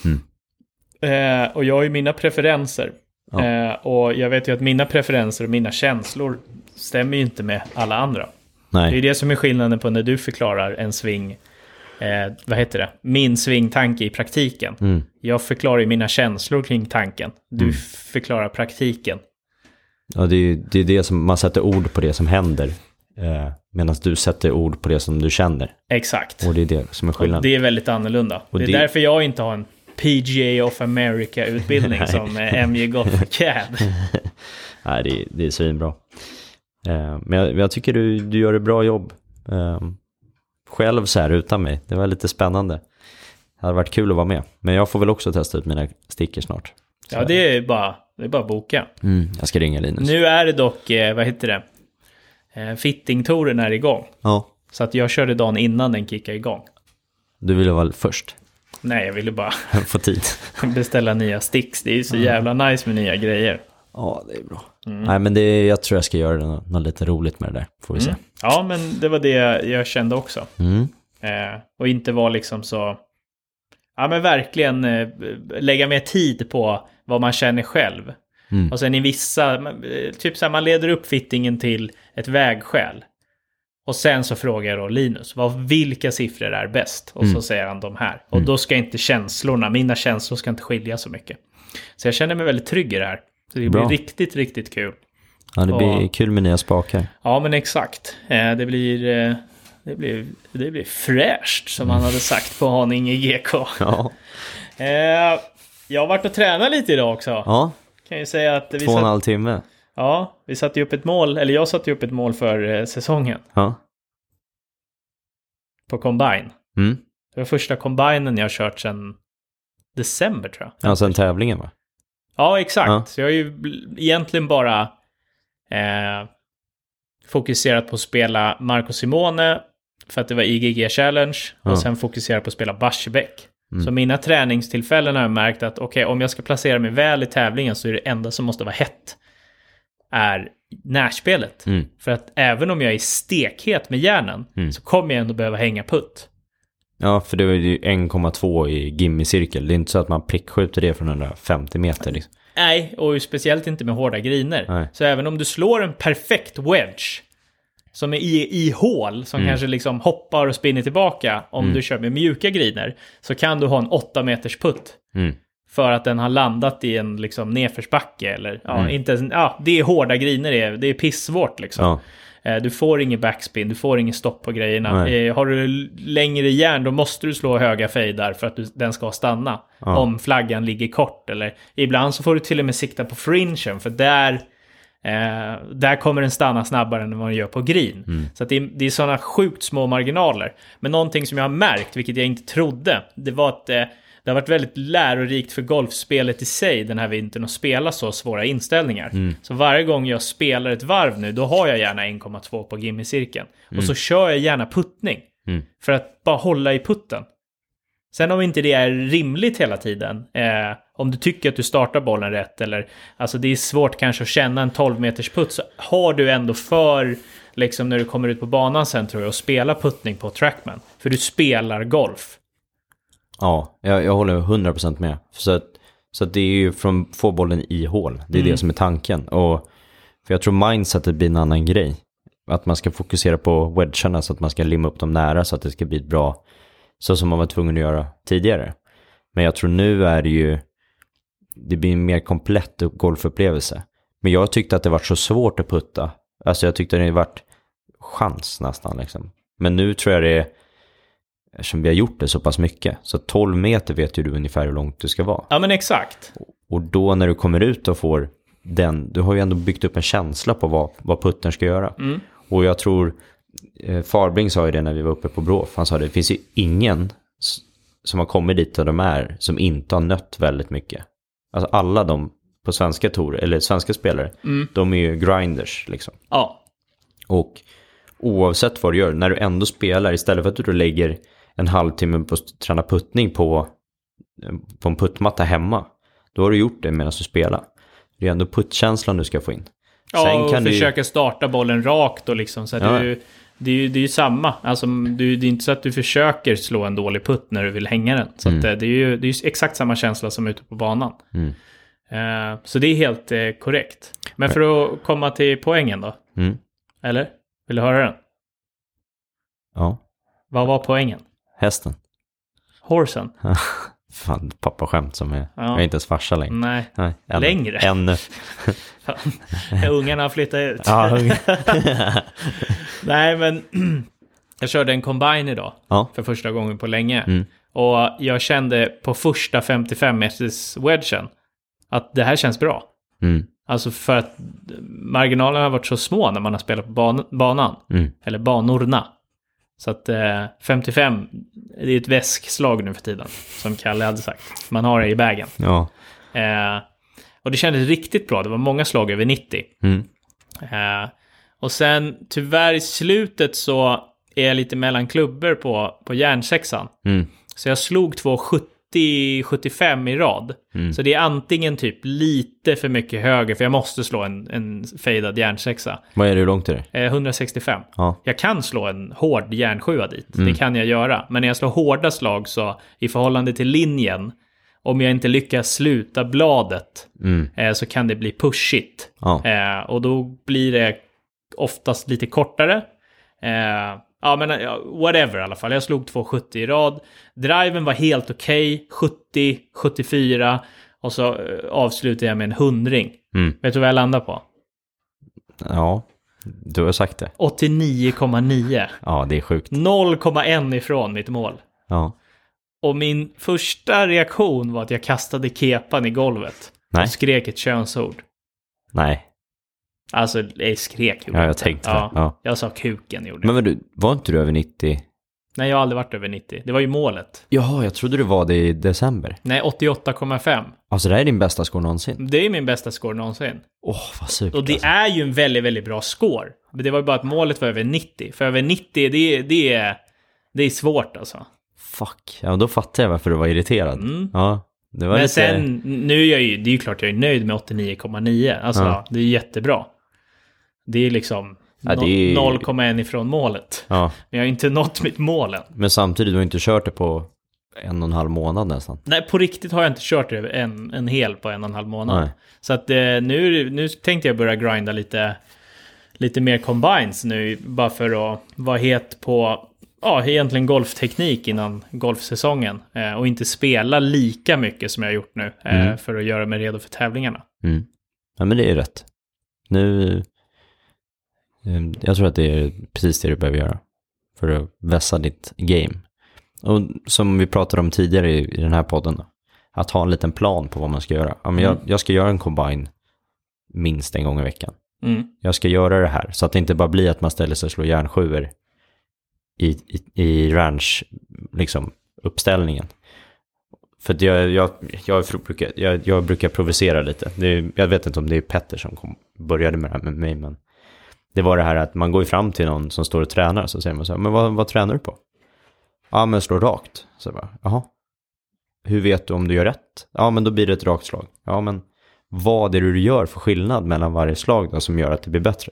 Och jag har ju mina preferenser. Och jag vet ju att mina preferenser och mina känslor stämmer ju inte med alla andra. Nej. Det är det som är skillnaden på när du förklarar en sving, vad heter det? Min svingtanke i praktiken. Jag förklarar ju mina känslor kring tanken. Du förklarar praktiken. Ja, det är det som man sätter ord på det som händer. Medan du sätter ord på det som du känner. Exakt. Och det är det som är skillnaden. Och det är väldigt annorlunda. Och det är därför jag inte har en PGA of America-utbildning som MJ Golf CAD. Nej, det är svinbra. Men jag tycker du gör ett bra jobb. Själv så här utan mig. Det var lite spännande. Det hade varit kul att vara med. Men jag får väl också testa ut mina stickers snart. Så ja, det är bara att boka. Jag ska ringa Linus. Nu är det dock, vad heter det? Fittingtouren är igång. Ja. Så att jag körde dagen innan den kickade igång. Du ville vara först? Nej, jag ville bara få tid. beställa nya sticks. Det är ju så jävla nice med nya grejer. Ja, det är bra. Nej, men jag tror jag ska göra något lite roligt med det där. Får vi se. Ja, men det var det jag kände också. Och inte vara liksom så... Ja, men verkligen lägga mer tid på vad man känner själv. Och sen i vissa... Typ så här, man leder upp fittingen till ett vägskäl. Och sen så frågar jag då Linus, vilka siffror är bäst? Och så säger han de här. Och då ska inte mina känslor ska inte skilja så mycket. Så jag känner mig väldigt trygg i det här. Så det blir riktigt, riktigt kul. Ja, det blir kul med nya spakar. Ja, men exakt. Det blir fräscht, som han hade sagt på Haninge GK. Ja. Jag har varit och tränat lite idag också. Ja. Kan ju säga att 2,5 timme. Ja, vi satte ju upp ett mål, eller jag satte upp ett mål för säsongen. Ja. På Combine. Det var första Combinen jag har kört sedan december, tror jag. Ja, sen tävlingen, va? Ja, exakt. Ja. Så jag har ju egentligen bara fokuserat på att spela Marco Simone för att det var IGG Challenge. Och sen fokuserat på att spela Barsebäck. Så mina träningstillfällen har jag märkt att om jag ska placera mig väl i tävlingen så är det enda som måste vara hett är närspelet. För att även om jag är stekhet med hjärnan så kommer jag ändå behöva hänga putt. Ja, för det är ju 1,2 i gimme-cirkel. Det är inte så att man prickskjuter det från 150 meter. Liksom. Nej, och speciellt inte med hårda griner. Nej. Så även om du slår en perfekt wedge som är i hål, som kanske liksom hoppar och spinner tillbaka om du kör med mjuka griner, så kan du ha en 8 meters putt. För att den har landat i en liksom nedförsbacke eller det är hårda griner, det är pissvårt liksom. Ja. Du får ingen backspin, du får ingen stopp på grejerna. Har du längre järn, då måste du slå höga fejdar för att den ska stanna. Om flaggan ligger kort. Eller ibland så får du till och med sikta på fringen, för där kommer den stanna snabbare än vad den gör på green. Så att det är sådana sjukt små marginaler. Men någonting som jag har märkt, vilket jag inte trodde, det var att det har varit väldigt lärorikt för golfspelet i sig den här vintern att spela så svåra inställningar. Så varje gång jag spelar ett varv nu, då har jag gärna 1,2 på gimme-cirkeln. Och så kör jag gärna puttning. För att bara hålla i putten. Sen om inte det är rimligt hela tiden, om du tycker att du startar bollen rätt, eller alltså det är svårt kanske att känna en 12 meters putt, så har du ändå för liksom när du kommer ut på banan sen, tror jag, att spela puttning på Trackman. För du spelar golf. Ja, jag håller 100% med. Så att det är ju från få bollen i hål. Det är det som är tanken. Och för jag tror mindsetet blir en annan grej. Att man ska fokusera på wedgarna så att man ska limma upp dem nära så att det ska bli ett bra, så som man var tvungen att göra tidigare. Men jag tror nu är det ju det blir en mer komplett golfupplevelse. Men jag tyckte att det var så svårt att putta. Alltså jag tyckte det varit chans nästan liksom. Men nu tror jag det är, eftersom vi har gjort det så pass mycket, så 12 meter vet ju du ungefär hur långt du ska vara. Ja, men exakt. Och då när du kommer ut och får den, du har ju ändå byggt upp en känsla på vad puttern ska göra. Och jag tror, Farbring sa ju det när vi var uppe på Brof, han sa det finns ju ingen som har kommit dit där de är som inte har nött väldigt mycket. Alltså alla de på svenska tour, eller svenska spelare, de är ju grinders liksom. Ja. Och oavsett vad du gör, när du ändå spelar, istället för att du lägger en halvtimme på att träna puttning på en puttmatta hemma, då har du gjort det medan du spelar. Det är ändå puttkänslan du ska få in. Ja, sen och kan försöka starta bollen rakt och liksom, så att det är ju samma. Alltså, det är inte så att du försöker slå en dålig putt när du vill hänga den. Så att, det är ju exakt samma känsla som ute på banan. Så det är helt korrekt. Men för att komma till poängen då? Eller? Vill du höra den? Ja. Vad var poängen? Hästen. Horsen. Fan, pappaskämt som är... Jag är inte ens farsa längre. Nej. Längre. Ännu. Ungarna har flyttat ut. Ja, Nej, men jag körde en combine idag. För första gången på länge. Och jag kände på första 55 meters wedgen att det här känns bra. Alltså för att marginalerna har varit så små när man har spelat på banan. Eller banorna. Så att 55, det är ett väskslag nu för tiden, som Kalle hade sagt. Man har det i bagen. Ja. Och det kändes riktigt bra. Det var många slag över 90. Och sen tyvärr i slutet så är jag lite mellan klubbor på järnsexan. Så jag slog 2,70-75 i rad. Så det är antingen typ lite för mycket höger, för jag måste slå en fejdad järnsexa. Vad är det, hur långt är det? 165. Ja. Jag kan slå en hård järnsjua dit. Det kan jag göra. Men när jag slår hårda slag så i förhållande till linjen, om jag inte lyckas sluta bladet så kan det bli pushigt. Och då blir det oftast lite kortare. Ja, men whatever i alla fall. Jag slog 2,70 i rad. Driven var helt okej. 70, 74. Och så avslutade jag med en 100. Vet du vad jag landade på? Ja, du har sagt det. 89,9. Ja, det är sjukt. 0,1 ifrån mitt mål. Ja. Och min första reaktion var att jag kastade kepan i golvet. Nej. Och skrek ett könsord. Nej. Alltså, jag skrek. Ja, jag tänkte det. Ja. Jag sa kuken, gjorde jag. Men du, var inte du över 90? Nej, jag har aldrig varit över 90. Det var ju målet. Jaha, jag trodde du var det i december. Nej, 88,5. Alltså, det här är din bästa score någonsin? Det är min bästa score någonsin. Vad super. Och det är ju en väldigt, väldigt bra score. Men det var ju bara att målet var över 90. För över 90, det är svårt alltså. Fuck. Ja, då fattar jag varför du var irriterad. Ja. Det var men lite... sen, nu är jag ju, det är ju klart jag är nöjd med 89,9. Alltså, det är jättebra. Det är liksom 0,1 ifrån målet. Ja. Men jag har inte nått mitt målen. Men samtidigt har du inte kört det på 1,5 månad nästan. Nej, på riktigt har jag inte kört det en hel på 1,5 månad. Nej. Så att nu tänkte jag börja grinda lite mer combines nu. Bara för att vara het på egentligen golfteknik innan golfsäsongen. Och inte spela lika mycket som jag har gjort nu. För att göra mig redo för tävlingarna. Ja, men det är rätt. Nu... Jag tror att det är precis det du behöver göra för att vässa ditt game. Och som vi pratade om tidigare i den här podden då, att ha en liten plan på vad man ska göra. Ja, men jag ska göra en combine minst en gång i veckan. Jag ska göra det här så att det inte bara blir att man ställer sig och slår järnsjuor i ranch liksom uppställningen. För att jag brukar provocera lite. Jag vet inte om det är Petter som började med det här med mig, men det var det här att man går fram till någon som står och tränar, så säger man så här, men vad tränar du på? Ja, men slå rakt. Så bara, jaha. Hur vet du om du gör rätt? Ja, men då blir det ett rakt slag. Ja, men vad är det du gör för skillnad mellan varje slag då, som gör att det blir bättre?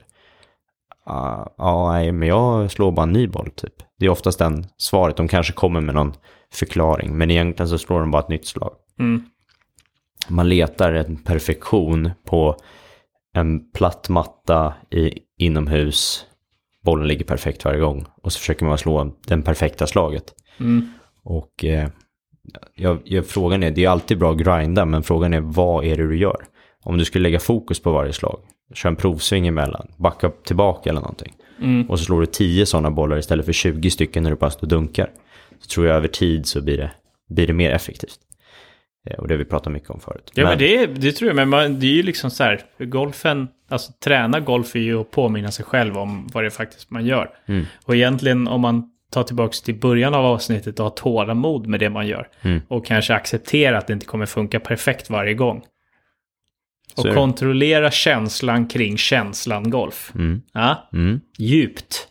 Nej, men jag slår bara en ny boll typ. Det är oftast den svaret. De kanske kommer med någon förklaring, men egentligen så slår de bara ett nytt slag. Man letar en perfektion på en platt matta inomhus. Bollen ligger perfekt varje gång. Och så försöker man slå den perfekta slaget. Och frågan är, det är alltid bra att grinda, men frågan är, vad är det du gör? Om du skulle lägga fokus på varje slag, kör en provsving emellan, backa upp tillbaka eller någonting, och så slår du 10 sådana bollar istället för 20 stycken när du bara står och dunkar, så tror jag över tid så blir det mer effektivt. Och det har vi pratat mycket om förut. Ja, men det tror jag, men det är ju liksom så här, golfen, alltså träna golf är ju att påminna sig själv om vad det faktiskt man gör. Och egentligen om man tar tillbaka till början av avsnittet och har tålamod med det man gör. Och kanske acceptera att det inte kommer funka perfekt varje gång. Och kontrollera känslan kring känslan golf. Ja? Djupt.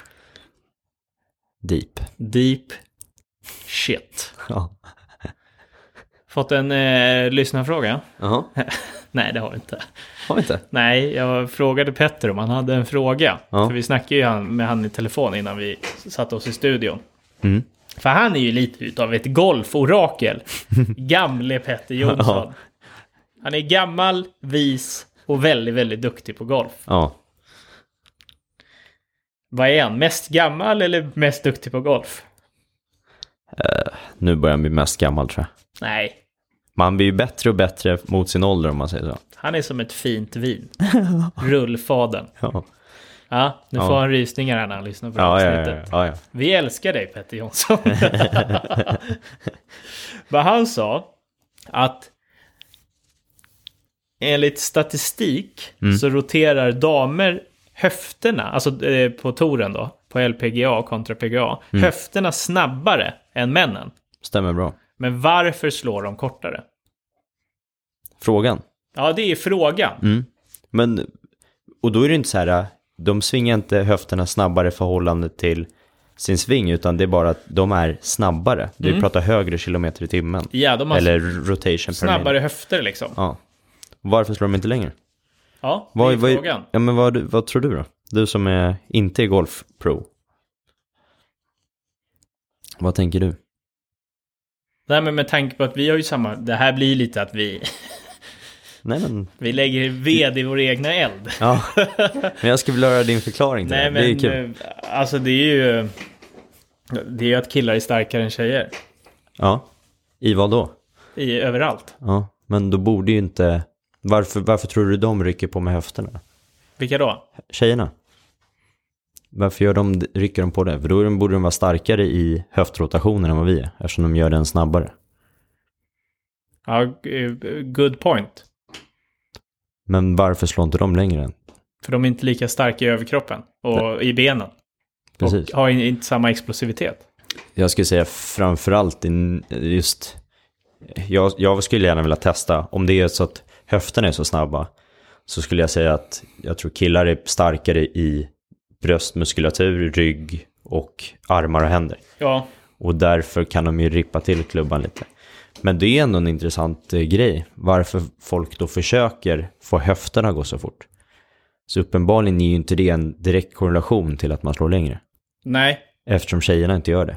Deep shit. Ja. Fått en lyssnarfråga? Nej, det har vi inte. Har vi inte? Nej, jag frågade Petter om han hade en fråga. För vi snackade ju med han i telefon innan vi satte oss i studion. För han är ju lite utav ett golforakel. Gamle Petter Jonsson. Han är gammal, vis och väldigt, väldigt duktig på golf. Ja. Vad är han? Mest gammal eller mest duktig på golf? Nu börjar han bli mest gammal, tror jag. Nej. Man blir ju bättre och bättre mot sin ålder, om man säger så. Han är som ett fint vin. Rullfaden. Ja, nu får han rysningar när han lyssnar på avsnittet. Ja. Vi älskar dig, Petter Jonsson. Vad han sa, att enligt statistik så roterar damer höfterna, alltså på touren då, på LPGA kontra PGA, höfterna snabbare än männen. Stämmer bra. Men varför slår de kortare? Frågan. Ja, det är frågan. Men, och då är det inte så här, de svingar inte höfterna snabbare i förhållande till sin sving, utan det är bara att de är snabbare. Du pratar högre kilometer i timmen. Ja, de har eller rotation snabbare per minute. Höfter liksom. Ja. Varför slår de inte längre? Ja, det är frågan. Ja, men vad tror du då? Du som är inte är golfpro. Vad tänker du? Nej, men med tanke på att vi har ju samma... Det här blir lite att vi... Nej, men... Vi lägger ved i vår egna eld. Ja, men jag ska väl höra din förklaring till det. Det är ju kul. Alltså det är ju att killar är starkare än tjejer. Ja, i vad då? Överallt. Ja, men då borde ju inte... Varför tror du de rycker på med höfterna? Vilka då? Tjejerna. Varför rycker de på det? För då borde de vara starkare i höftrotationen än vad vi är, eftersom de gör den snabbare. Ja, good point. Men varför slår inte de längre än? För de är inte lika starka i överkroppen och i benen. Precis. Och har inte samma explosivitet. Jag skulle säga framförallt just... Jag skulle gärna vilja testa, om det är så att höfterna är så snabba, så skulle jag säga att jag tror killar är starkare i bröstmuskulatur, rygg och armar och händer. Ja. Och därför kan de ju rippa till klubban lite. Men det är ändå en intressant grej. Varför folk då försöker få höfterna gå så fort. Så uppenbarligen är ju inte det en direkt korrelation till att man slår längre. Nej. Eftersom tjejerna inte gör det.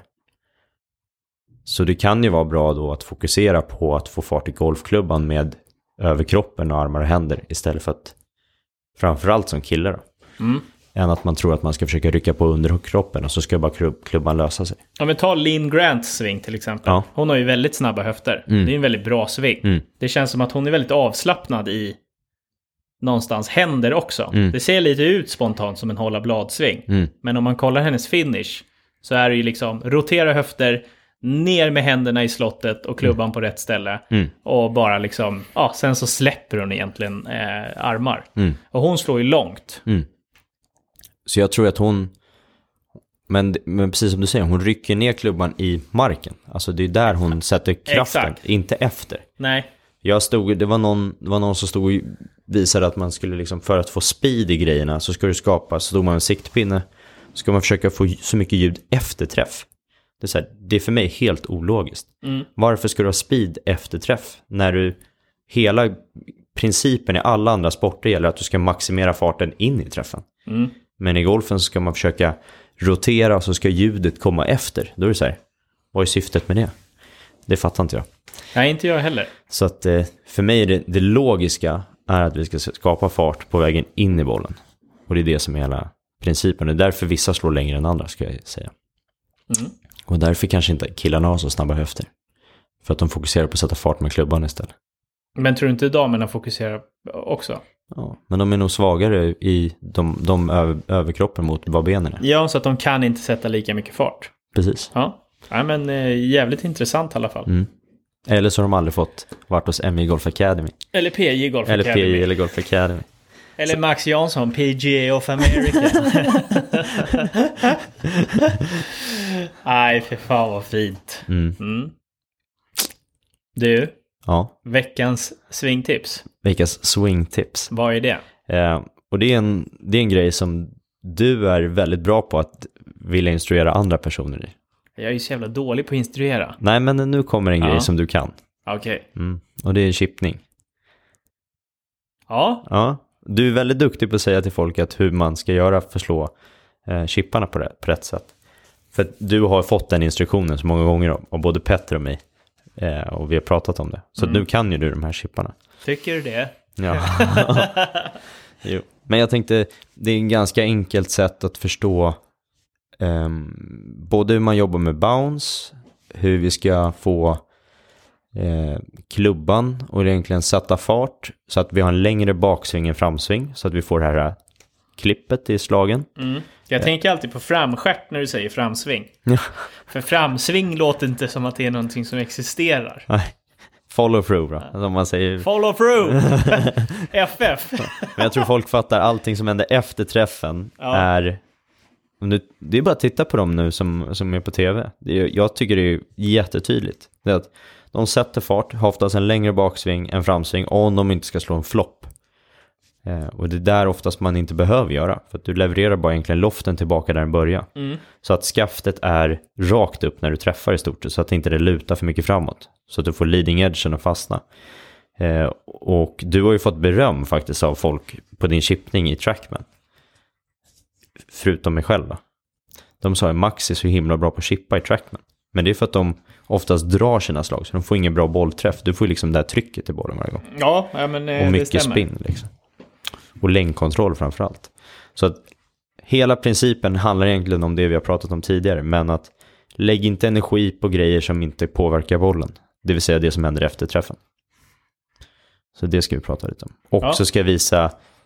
Så det kan ju vara bra då att fokusera på att få fart i golfklubban med överkroppen och armar och händer. Istället för att, framförallt som killar då. Än att man tror att man ska försöka rycka på underkroppen och så ska bara klubban lösa sig. Ja, men ta Lynn Grants sving till exempel. Ja. Hon har ju väldigt snabba höfter. Det är en väldigt bra sving. Det känns som att hon är väldigt avslappnad i någonstans händer också. Det ser lite ut spontant som en hålla bladsving. Men om man kollar hennes finish så är det ju liksom rotera höfter, ner med händerna i slottet och klubban på rätt ställe. Och bara liksom, sen så släpper hon egentligen armar. Och hon slår ju långt. Så jag tror att hon, men precis som du säger, hon rycker ner klubban i marken. Alltså det är där hon sätter kraften, exakt. Inte efter. Nej. Det var någon som stod och visade att man skulle liksom, för att få speed i grejerna så ska du skapa, så stod man en siktpinne, så ska man försöka få så mycket ljud efter träff. Det är så här, det är för mig helt ologiskt. Varför ska du ha speed efter träff när du, hela principen i alla andra sporter gäller att du ska maximera farten in i träffen. Men i golfen så ska man försöka rotera och så ska ljudet komma efter. Då är det så här, vad är syftet med det? Det fattar inte jag. Nej, inte jag heller. Så att för mig är det logiska är att vi ska skapa fart på vägen in i bollen. Och det är det som är hela principen. Det är därför vissa slår längre än andra, ska jag säga. Och därför kanske inte killarna har så snabba höfter. För att de fokuserar på att sätta fart med klubban istället. Men tror du inte damerna fokuserar också? Ja, men de är nog svagare i de överkroppen mot vad benen är. Ja, så att de kan inte sätta lika mycket fart. Precis. Ja, men jävligt intressant i alla fall. Mm. Eller så har de aldrig fått varit hos MJ Golf Academy. Eller PJ Golf Academy. Eller PJ eller Golf Academy. Eller Max Jansson, PGA of America. Nej, för fan vad fint. Du, veckans swingtips. Veckans swingtips. Vad är det? Och det är en grej som du är väldigt bra på att vilja instruera andra personer i. Jag är ju så jävla dålig på att instruera. Nej, men nu kommer en grej som du kan. Okej. Och det är chippning. Ja. Du är väldigt duktig på att säga till folk att hur man ska göra för att slå chipparna på rätt sätt. För att du har fått den instruktionen så många gånger av både Petter och mig. Och vi har pratat om det. Så nu kan ju du de här chipparna. Tycker du det? Ja. Jo. Men jag tänkte, det är en ganska enkelt sätt att förstå både hur man jobbar med bounce, hur vi ska få klubban och egentligen sätta fart så att vi har en längre baksving än framsving, så att vi får det här klippet i slagen. Jag tänker alltid på framskärt när du säger framsving. För framsving låter inte som att det är någonting som existerar. Nej. Follow through då, som man säger. Follow through! FF. Men jag tror folk fattar allting som händer efter träffen det är bara att titta på dem nu som är på tv. Jag tycker det är jättetydligt. Det är att de sätter fart, har oftast en längre baksving än framsving om de inte ska slå en flopp. Och det är där oftast man inte behöver göra. För att du levererar bara egentligen loften tillbaka där den börjar. Så att skaftet är rakt upp när du träffar i stort sett. Så att inte det lutar för mycket framåt. Så att du får leading edgen att fastna. Och du har ju fått beröm faktiskt av folk på din chippning i Trackman. Förutom mig själv då. De sa att Max är så himla bra på att chippa i Trackman. Men det är för att de oftast drar sina slag. Så de får ingen bra bollträff. Du får liksom det här trycket i bollen varje gång. Ja, men och mycket spin liksom. Och längdkontroll framförallt. Så att hela principen handlar egentligen om det vi har pratat om tidigare. Men att lägg inte energi på grejer som inte påverkar bollen. Det vill säga det som händer efter träffen. Så det ska vi prata lite om. Och så ska jag visa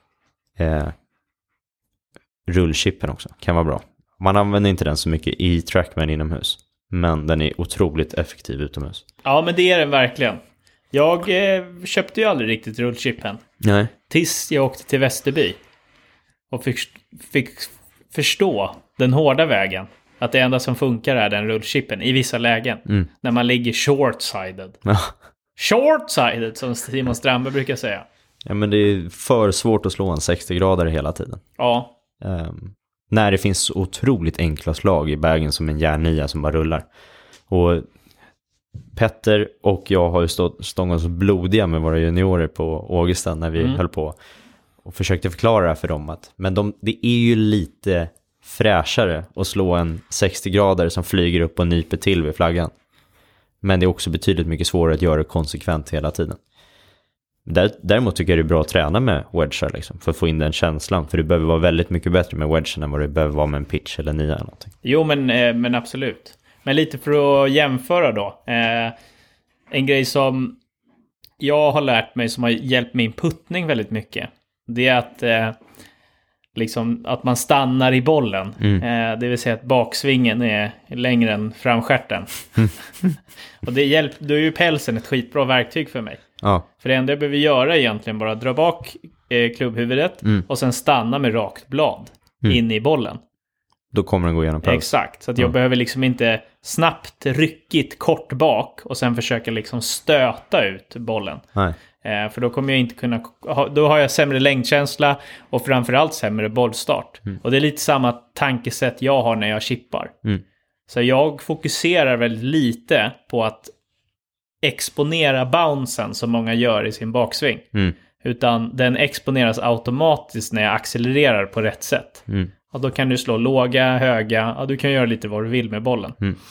rullchippen också. Kan vara bra. Man använder inte den så mycket i Trackman inomhus. Men den är otroligt effektiv utomhus. Ja, men det är den verkligen. Jag köpte ju aldrig riktigt rullchippen. Nej. Tills jag åkte till Västerby. Och fick förstå den hårda vägen. Att det enda som funkar är den rullchippen i vissa lägen. När man ligger short-sided. Ja. Short-sided som Simon Strandberg brukar säga. Ja, men det är för svårt att slå en 60-gradare hela tiden. Ja. När det finns så otroligt enkla slag i bagen som en järnia som bara rullar. Och Petter och jag har ju stångat oss blodiga med våra juniorer på Ågesta när vi höll på och försökte förklara det här för dem. Men det är ju lite fräschare att slå en 60-gradare som flyger upp och nyper till vid flaggan. Men det är också betydligt mycket svårare att göra det konsekvent hela tiden. Däremot tycker jag det är bra att träna med wedgar liksom, för att få in den känslan. För du behöver vara väldigt mycket bättre med wedgen än vad du behöver vara med en pitch eller 9 eller någonting. Jo, men absolut. Men lite för att jämföra då. En grej som jag har lärt mig som har hjälpt min puttning väldigt mycket. Det är att, att man stannar i bollen. Det vill säga att baksvingen är längre än framskärten. Och då är ju pälsen ett skitbra verktyg för mig. Ja. För det enda jag behöver göra är egentligen bara dra bak klubbhuvudet och sen stanna med rakt blad in i bollen. Då kommer den gå igenom päls. Exakt, så att jag behöver liksom inte snabbt, ryckigt, kort bak och sen försöka liksom stöta ut bollen. Nej. För då kommer jag inte kunna... Då har jag sämre längdkänsla och framförallt sämre bollstart. Och det är lite samma tankesätt jag har när jag chippar. Så jag fokuserar väldigt lite på att exponera bouncen som många gör i sin baksving. Utan den exponeras automatiskt när jag accelererar på rätt sätt. Och då kan du slå låga, höga. Du kan göra lite vad du vill med bollen.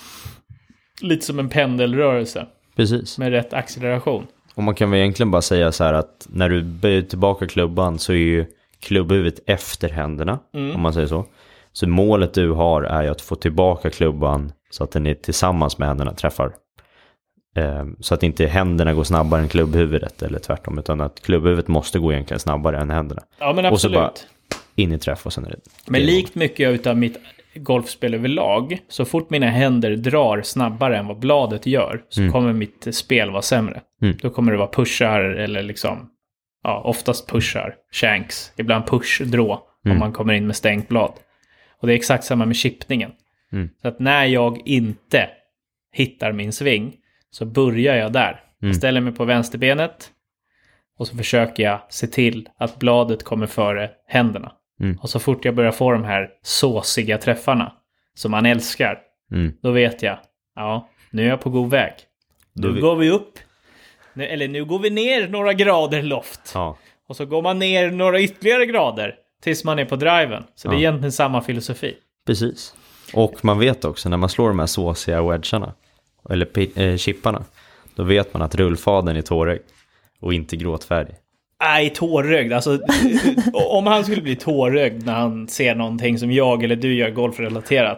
Lite som en pendelrörelse. Precis. Med rätt acceleration. Och man kan väl egentligen bara säga så här att när du böjer tillbaka klubban så är ju klubbhuvudet efter händerna. Om man säger så. Så målet du har är ju att få tillbaka klubban så att den är tillsammans med händerna träffar Så att inte händerna går snabbare än klubbhuvudet eller tvärtom, utan att klubbhuvudet måste gå egentligen snabbare än händerna. Ja, men absolut. Och så bara in i träff och sen är det... Men likt mycket av mitt golfspel överlag, så fort mina händer drar snabbare än vad bladet gör, så kommer mitt spel vara sämre. Då kommer det vara pushar eller liksom, ja, oftast pushar, shanks, ibland push-drå om man kommer in med stängt blad. Och det är exakt samma med chippningen. Så att när jag inte hittar min sving, så börjar jag där. Jag ställer mig på vänsterbenet och så försöker jag se till att bladet kommer före händerna. Och så fort jag börjar få de här såsiga träffarna som man älskar, då vet jag, ja, nu är jag på god väg. Nu går vi upp, nu går vi ner några grader loft. Ja. Och så går man ner några ytterligare grader tills man är på driven. Så det är egentligen samma filosofi. Precis. Och man vet också när man slår de här såsiga wedgarna eller chipparna, då vet man att rullfaden är tårögd och inte gråtfärdig. Nej, tårögd. Alltså, om han skulle bli tårögd när han ser någonting som jag eller du gör golfrelaterat,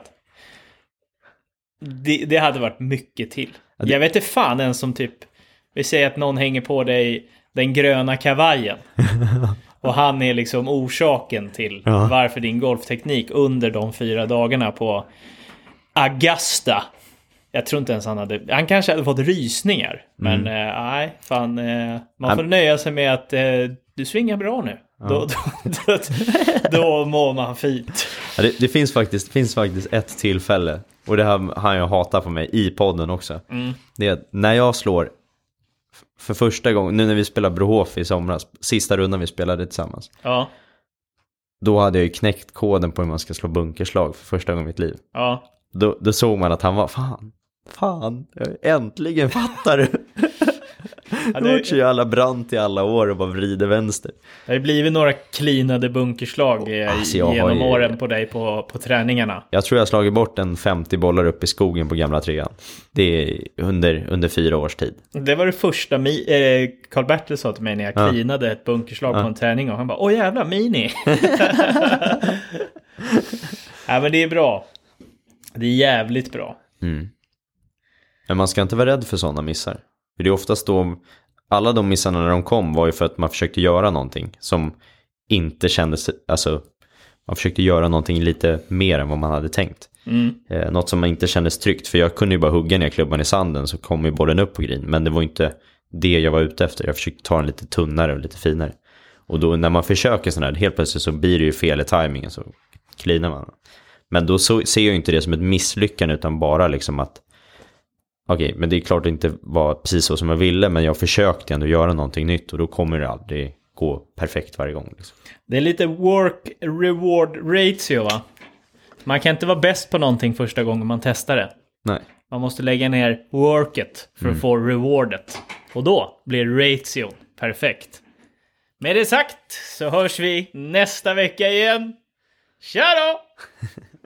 det hade varit mycket till. Jag vet inte fan en som typ, vi säger att någon hänger på dig den gröna kavajen och han är liksom orsaken till varför din golfteknik under de 4 dagarna på Augusta, jag tror inte ens han kanske hade fått rysningar. Men nej, fan, man får nöja sig med att du svingar bra nu. Ja. Då mår man fint. Ja, det finns faktiskt ett tillfälle, och det här han jag hatar på mig i podden också. Det är när jag slår för första gången, nu när vi spelar Brohof i somras, sista rundan vi spelade tillsammans. Ja. Då hade jag ju knäckt koden på hur man ska slå bunkerslag för första gången i mitt liv. Ja. Då såg man att han var fan, äntligen fattar du. Ja, det är ju alla brant i alla år och bara vrider vänster. Det har blivit några cleanade bunkerslag genom åren på dig på träningarna. Jag tror jag har slagit bort en 50 bollar upp i skogen på gamla trean. Det är under 4 års tid. Det var det första Carl Bertil sa till mig när jag cleanade ett bunkerslag på en träning, och han bara, åh jävla mini. Ja, men det är bra. Det är jävligt bra. Men man ska inte vara rädd för sådana missar. För det är oftast då, alla de missarna när de kom var ju för att man försökte göra någonting som inte kändes, alltså man försökte göra någonting lite mer än vad man hade tänkt. Något som man inte kändes tryggt, för jag kunde ju bara hugga ner klubban i sanden så kom ju bollen upp på green, men det var inte det jag var ute efter. Jag försökte ta den lite tunnare och lite finare. Och då när man försöker sådär, helt plötsligt så blir det ju fel i timingen, så cleanar man. Men då ser jag inte det som ett misslyckande, utan bara liksom att okej, men det är klart det inte var precis så som jag ville, men jag försökte ändå göra någonting nytt, och då kommer det aldrig gå perfekt varje gång. Liksom. Det är lite work-reward ratio, va? Man kan inte vara bäst på någonting första gången man testar det. Nej. Man måste lägga ner worket för att få rewardet. Och då blir ratio perfekt. Med det sagt så hörs vi nästa vecka igen. Tja då!